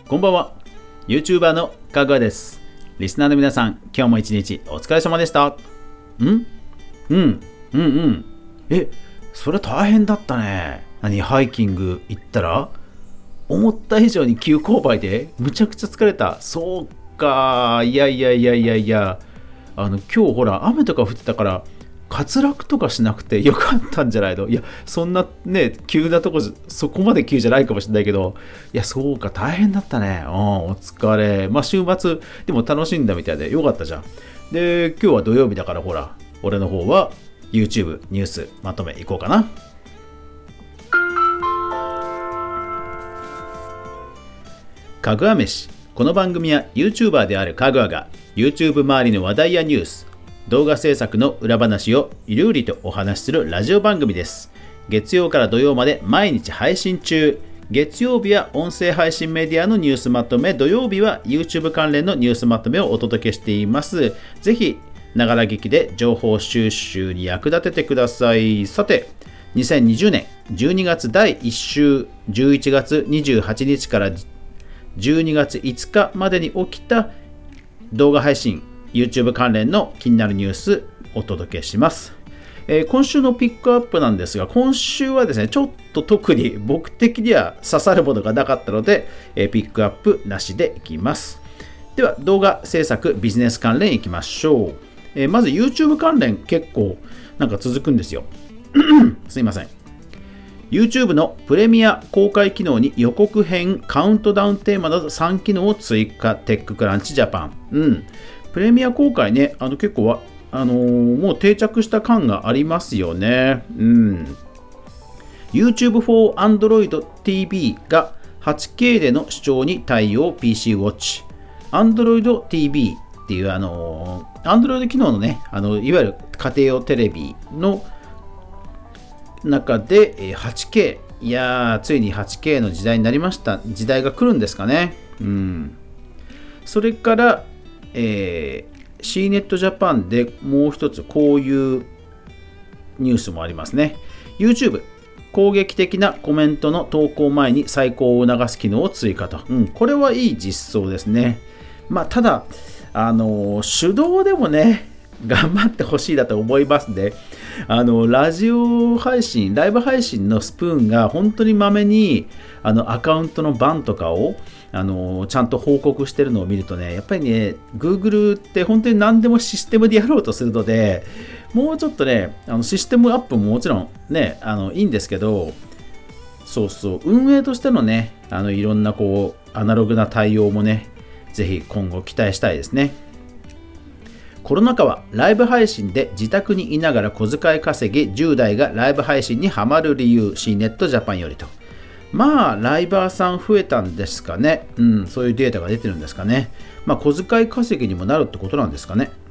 こんばんは。 YouTuber のかぐわです。リスナーの皆さん、今日も一日お疲れ様でした。それ大変だったね。ハイキング行ったら思った以上に急勾配でむちゃくちゃ疲れた。そうか。いや今日ほら雨とか降ってたから滑落とかしなくてよかったんじゃないの。いや、そんなね急なとこそこまで急じゃないかもしれないけど、いやそうか、大変だったね。お疲れ。週末でも楽しんだみたいでよかったじゃん。で、今日は土曜日だからほら、俺の方は YouTube ニュースまとめいこうかな。かぐわ飯。この番組は YouTuber であるかぐわが YouTube 周りの話題やニュース、動画制作の裏話をゆるりとお話しするラジオ番組です。月曜から土曜まで毎日配信中。月曜日は音声配信メディアのニュースまとめ、土曜日は YouTube 関連のニュースまとめをお届けしています。ぜひながら聞きで情報収集に役立ててください。さて、2020年12月第1週、11月28日から12月5日までに起きた動画配信、YouTube 関連の気になるニュースお届けします。今週のピックアップなんですが、今週はですね、ちょっと特に僕的には刺さるものがなかったので、ピックアップなしでいきます。では、動画制作ビジネス関連いきましょう。まず YouTube 関連結構なんか続くんですよ。すいません。YouTube のプレミア公開機能に予告編、カウントダウンテーマなど3機能を追加。テッククランチジャパン。プレミア公開ね、結構はもう定着した感がありますよね。YouTube for Android TV が 8K での視聴に対応。 PC Watch Android TV っていうAndroid 機能のね、いわゆる家庭用テレビの中で 8K、 いやー、ついに 8K の時代になりました。時代が来るんですかね。それからCNET Japan でもう一つこういうニュースもありますね。 YouTube 攻撃的なコメントの投稿前に再考を促す機能を追加と。これはいい実装ですね。ただ手動でもね頑張ってほしいだと思いますね。ラジオ配信、ライブ配信のスプーンが本当にまめにアカウントのバンとかをちゃんと報告してるのを見るとね、やっぱりね Google って本当に何でもシステムでやろうとするので、もうちょっとねシステムアップももちろんねいいんですけど、運営としてのねいろんなこうアナログな対応もね、ぜひ今後期待したいですね。コロナ禍はライブ配信で自宅にいながら小遣い稼ぎ、10代がライブ配信にハマる理由。 CNET Japan よりと。ライバーさん増えたんですかね。そういうデータが出てるんですかね。小遣い稼ぎにもなるってことなんですかね。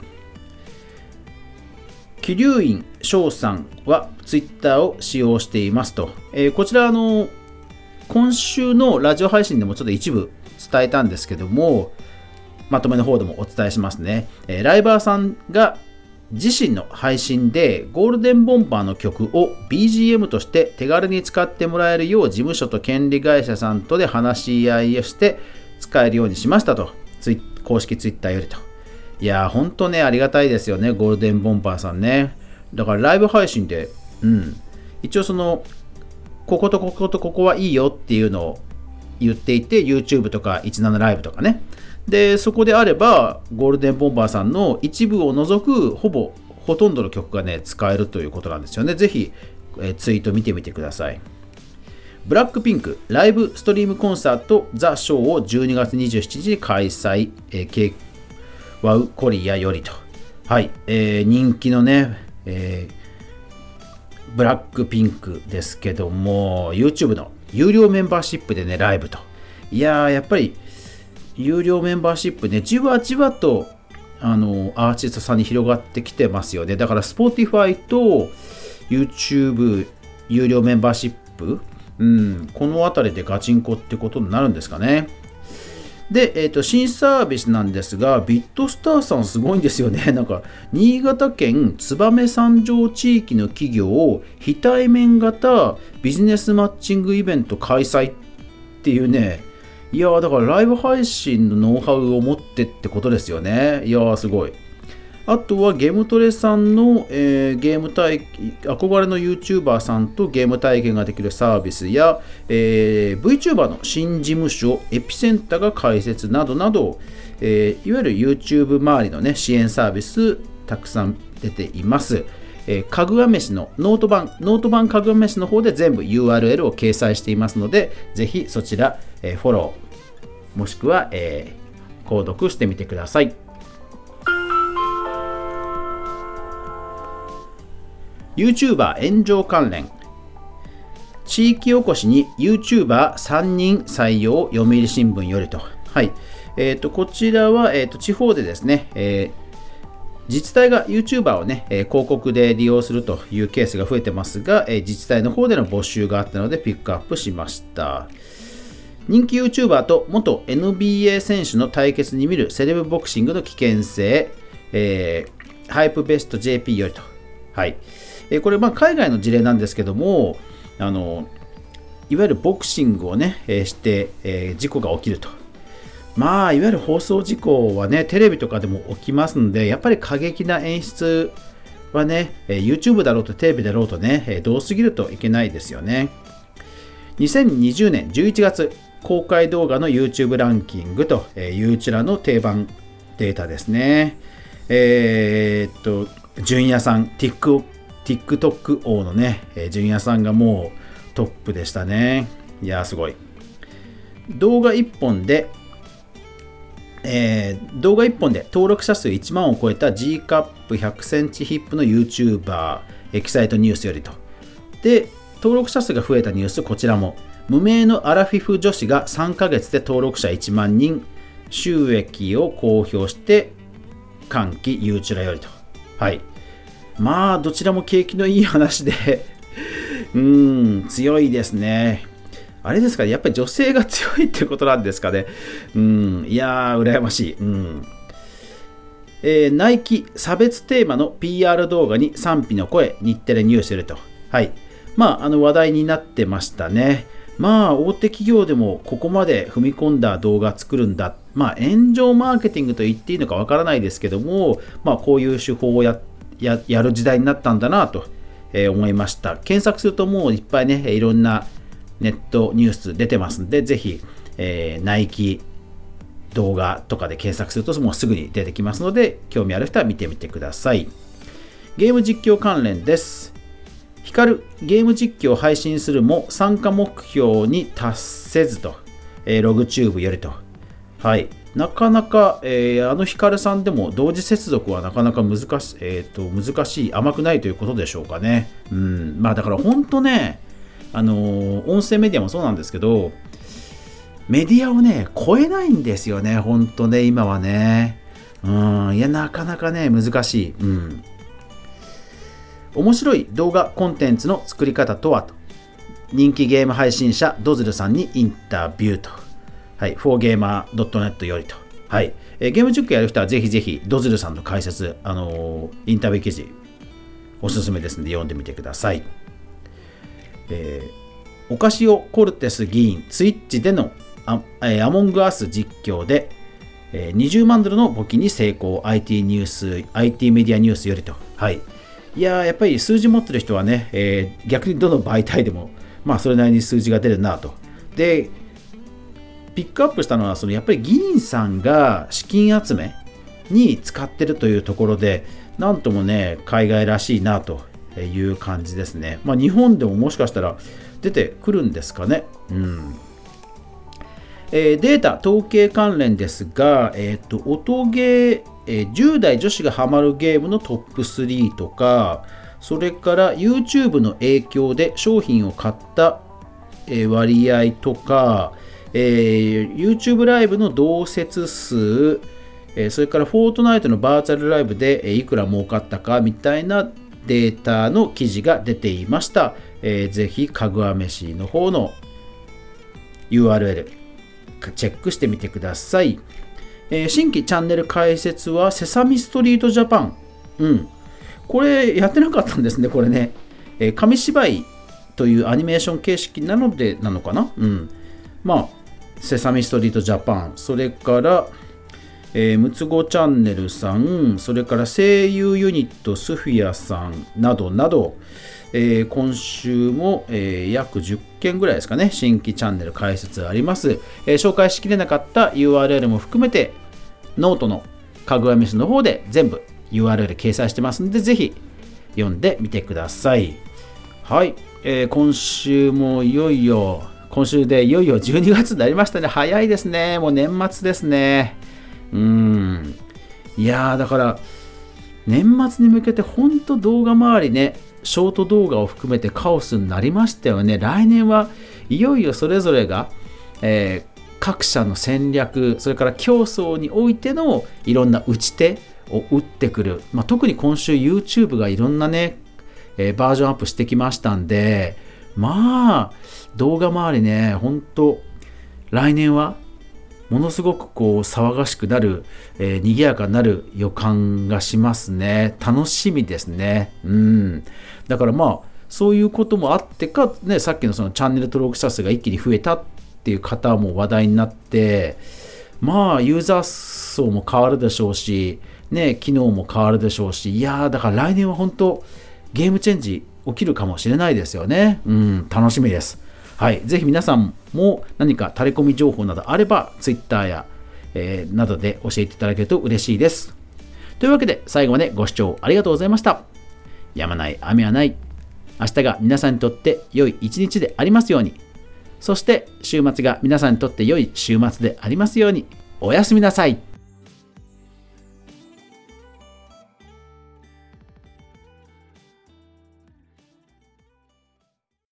桐生院翔さんはツイッターを使用していますと。こちら今週のラジオ配信でもちょっと一部伝えたんですけども、まとめの方でもお伝えしますね。ライバーさんが自身の配信でゴールデンボンバーの曲を BGM として手軽に使ってもらえるよう事務所と権利会社さんとで話し合いをして使えるようにしましたと。公式ツイッターよりと。いやー、本当ね、ありがたいですよね、ゴールデンボンバーさんね。だからライブ配信で、一応こことこことここはいいよっていうのを言っていて、 YouTube とか17ライブとかね。で、そこであればゴールデンボンバーさんの一部を除くほとんどの曲がね使えるということなんですよね。ぜひツイート見てみてください。ブラックピンクライブストリームコンサートザ・ショーを12月27日に開催。ワウコリアよりと。人気のね、ブラックピンクですけども、 YouTube の有料メンバーシップでねライブと。いやー、やっぱり有料メンバーシップね、じわじわとアーティストさんに広がってきてますよね。だから Spotify と YouTube 有料メンバーシップ、このあたりでガチンコってことになるんですかね。で、新サービスなんですが、ビットスターさんすごいんですよね。なんか新潟県燕三条地域の企業を非対面型ビジネスマッチングイベント開催っていうね、 いやーだからライブ配信のノウハウを持ってってことですよね。いやーすごい。あとはゲームトレさんの、ゲーム憧れの YouTuber さんとゲーム体験ができるサービスや、VTuber の新事務所エピセンタが開設などなど、いわゆる YouTube 周りの、ね、支援サービスたくさん出ています。かぐわ飯のノート版かぐわ飯の方で全部 URL を掲載していますので、ぜひそちら、フォローもしくは、購読してみてください。YouTuber 炎上関連、地域おこしに YouTuber3 人採用、読売新聞よりと。はい。こちらは、地方でですね、自治体が YouTuber をね、広告で利用するというケースが増えてますが、自治体の方での募集があったのでピックアップしました。人気 YouTuber と元 NBA 選手の対決に見るセレブボクシングの危険性、ハイプベスト JP よりと。はい。これ海外の事例なんですけども、いわゆるボクシングをね、して、事故が起きると。いわゆる放送事故はね、テレビとかでも起きますので、やっぱり過激な演出はね、YouTube だろうとテレビだろうとね、どうすぎるといけないですよね。2020年11月、公開動画の YouTube ランキングと、ゆうちらの定番データですね。純也さん、TikTok 王のね、純也さんがもうトップでしたね。いやーすごい。動画1本で登録者数1万を超えた G カップ100センチヒップの YouTuber エキサイトニュースよりと。で、登録者数が増えたニュース、こちらも無名のアラフィフ女子が3ヶ月で登録者1万人、収益を公表して歓喜ゆうちらよりと。はい。どちらも景気のいい話で強いですね。あれですかね、やっぱり女性が強いってことなんですかね。いやー羨ましい。ナイキ差別テーマの PR 動画に賛否の声、日テレニュースよりと。はい。話題になってましたね。大手企業でもここまで踏み込んだ動画作るんだ。炎上マーケティングと言っていいのかわからないですけども、こういう手法をやる時代になったんだなと思いました。検索するともういっぱいね、いろんなネットニュース出てますんで、ぜひ、ナイキ動画とかで検索するともうすぐに出てきますので、興味ある人は見てみてください。ゲーム実況関連です。ヒカル、ゲーム実況を配信するも参加目標に達せずと、ログチューブよりと。はい。なかなか、ヒカルさんでも同時接続はなかなか難しい、甘くないということでしょうかね。だから本当ね、音声メディアもそうなんですけど、メディアをね、超えないんですよね、本当ね、今はね。なかなかね、難しい。面白い動画コンテンツの作り方とはと。人気ゲーム配信者ドズルさんにインタビューと。はい、4gamer.net よりと。はい、ゲーム実況やる人はぜひぜひドズルさんの解説、インタビュー記事おすすめですので読んでみてください。オカシオ・コルテス議員ツイッチでのアモングアス実況で、20万ドルの募金に成功。 IT メディアニュースよりと。はい。いややっぱり数字持ってる人はね、逆にどの媒体でもそれなりに数字が出るなと。でピックアップしたのはやっぱり議員さんが資金集めに使ってるというところで、なんともね海外らしいなという感じですね。日本でももしかしたら出てくるんですかね。データ統計関連ですが、音ゲー、10代女子がハマるゲームのトップ3とか、それから YouTube の影響で商品を買った、割合とか、YouTube ライブの同接数、それからフォートナイトのバーチャルライブで、いくら儲かったかみたいなデータの記事が出ていました。ぜひかぐわ飯の方の URL チェックしてみてください。新規チャンネル開設はセサミストリートジャパン。これやってなかったんですね、これね。紙芝居というアニメーション形式なのでなのかな。 セサミストリートジャパン、それからムツゴチャンネルさん、それから声優ユニットスフィアさんなどなど、今週も、約10件ぐらいですかね、新規チャンネル開設あります。紹介しきれなかった URL も含めてノートのかぐわ飯の方で全部 URL 掲載してますので、ぜひ読んでみてください。はい、今週でいよいよ12月になりましたね。早いですね。もう年末ですね。いやー、だから年末に向けて本当動画周りね、ショート動画を含めてカオスになりましたよね。来年はいよいよそれぞれが、各社の戦略、それから競争においてのいろんな打ち手を打ってくる、特に今週 YouTube がいろんなね、バージョンアップしてきましたんで、動画周りね、本当来年はものすごく騒がしくなる、賑やかになる予感がしますね。楽しみですね。だからそういうこともあってか、ね、さっきのそのチャンネル登録者数が一気に増えたっていう方も話題になって、ユーザー層も変わるでしょうし、ね、機能も変わるでしょうし、だから来年は本当ゲームチェンジ起きるかもしれないですよね。楽しみです。はい、ぜひ皆さんも何かタレコミ情報などあれば Twitter や、などで教えていただけると嬉しいです。というわけで最後までご視聴ありがとうございました。やまない雨はない。明日が皆さんにとって良い一日でありますように。そして週末が皆さんにとって良い週末でありますように。おやすみなさい。